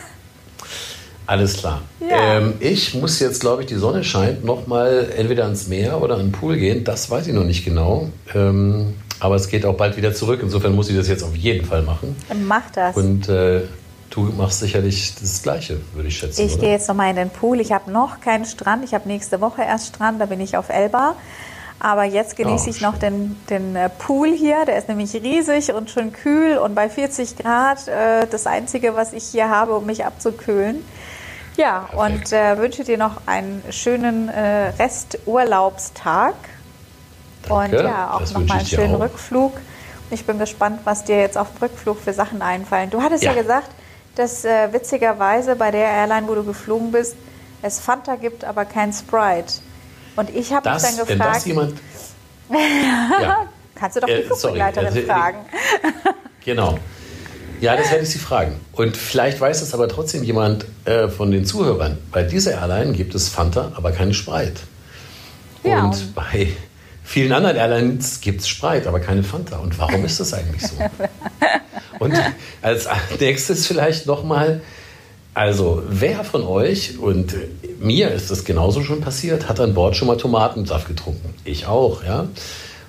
Alles klar. Ja. Ich muss jetzt, glaube ich, die Sonne scheint, nochmal entweder ans Meer oder an den Pool gehen. Das weiß ich noch nicht genau. Aber es geht auch bald wieder zurück. Insofern muss ich das jetzt auf jeden Fall machen. Mach das. Und du machst sicherlich das Gleiche, würde ich schätzen. Ich gehe jetzt nochmal in den Pool. Ich habe noch keinen Strand. Ich habe nächste Woche erst Strand. Da bin ich auf Elba. Aber jetzt genieße ich noch den Pool hier. Der ist nämlich riesig und schön kühl. Und bei 40 Grad das Einzige, was ich hier habe, um mich abzukühlen. Ja, perfekt. Und wünsche dir noch einen schönen Resturlaubstag. Danke, und ja, auch nochmal einen schönen Rückflug. Ich bin gespannt, was dir jetzt auf dem Rückflug für Sachen einfallen. Du hattest ja gesagt, dass witzigerweise bei der Airline, wo du geflogen bist, es Fanta gibt, aber kein Sprite. Und ich habe mich dann gefragt... Wenn das jemand... Kannst du doch die Flugbegleiterin fragen. Genau. Ja, das werde ich Sie fragen. Und vielleicht weiß es aber trotzdem jemand von den Zuhörern. Bei dieser Airline gibt es Fanta, aber keine Sprite. Ja, und bei vielen anderen Airlines gibt es Sprite, aber keine Fanta. Und warum ist das eigentlich so? Und als nächstes vielleicht nochmal, also wer von euch, und mir ist das genauso schon passiert, hat an Bord schon mal Tomatensaft getrunken? Ich auch, ja.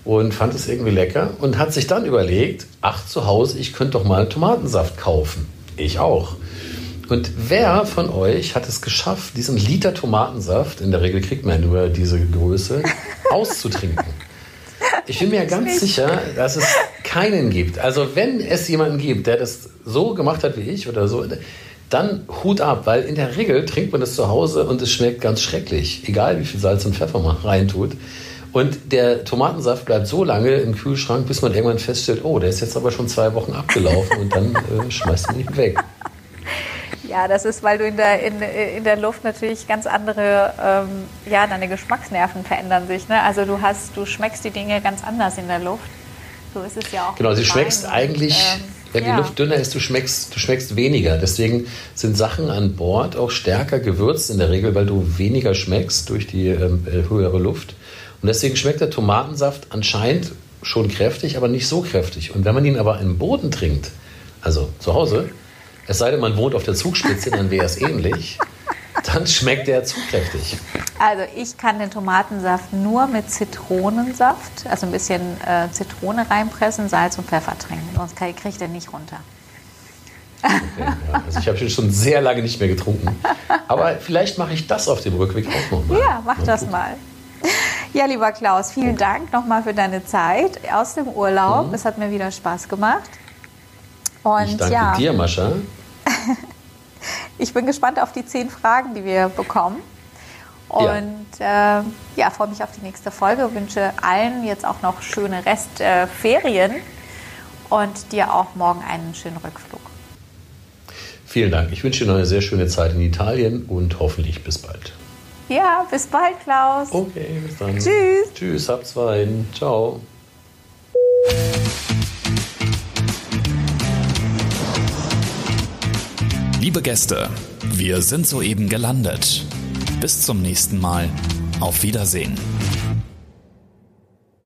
und fand es irgendwie lecker und hat sich dann überlegt, ach, zu Hause, ich könnte doch mal Tomatensaft kaufen. Ich auch. Und wer von euch hat es geschafft, diesen Liter Tomatensaft, in der Regel kriegt man nur diese Größe, auszutrinken? Ich bin mir ganz sicher, dass es keinen gibt. Also wenn es jemanden gibt, der das so gemacht hat wie ich oder so, dann Hut ab, weil in der Regel trinkt man das zu Hause und es schmeckt ganz schrecklich, egal wie viel Salz und Pfeffer man reintut. Und der Tomatensaft bleibt so lange im Kühlschrank, bis man irgendwann feststellt, oh, der ist jetzt aber schon 2 Wochen abgelaufen und dann schmeißt man ihn weg. Ja, das ist, weil du in der Luft natürlich ganz andere, deine Geschmacksnerven verändern sich. Ne? Also du schmeckst die Dinge ganz anders in der Luft. So ist es ja auch. Genau, du schmeckst eigentlich, wenn die Luft dünner ist, du schmeckst weniger. Deswegen sind Sachen an Bord auch stärker gewürzt in der Regel, weil du weniger schmeckst durch die höhere Luft. Und deswegen schmeckt der Tomatensaft anscheinend schon kräftig, aber nicht so kräftig. Und wenn man ihn aber im Boden trinkt, also zu Hause, es sei denn, man wohnt auf der Zugspitze, dann wäre es ähnlich, dann schmeckt der zu kräftig. Also ich kann den Tomatensaft nur mit Zitronensaft, also ein bisschen Zitrone reinpressen, Salz und Pfeffer trinken, sonst kriege ich den nicht runter. Okay, ja. Also ich habe schon sehr lange nicht mehr getrunken. Aber vielleicht mache ich das auf dem Rückweg auch nochmal. Ja, mach das mal. Ja, lieber Klaus, vielen Dank nochmal für deine Zeit aus dem Urlaub. Es hat mir wieder Spaß gemacht. Und ich danke dir, Mascha. Ich bin gespannt auf die 10 Fragen, die wir bekommen. Und freue mich auf die nächste Folge. Wünsche allen jetzt auch noch schöne Restferien und dir auch morgen einen schönen Rückflug. Vielen Dank. Ich wünsche dir noch eine sehr schöne Zeit in Italien und hoffentlich bis bald. Ja, bis bald, Klaus. Okay, bis dann. Tschüss. Tschüss, habt's fein. Ciao. Liebe Gäste, wir sind soeben gelandet. Bis zum nächsten Mal. Auf Wiedersehen.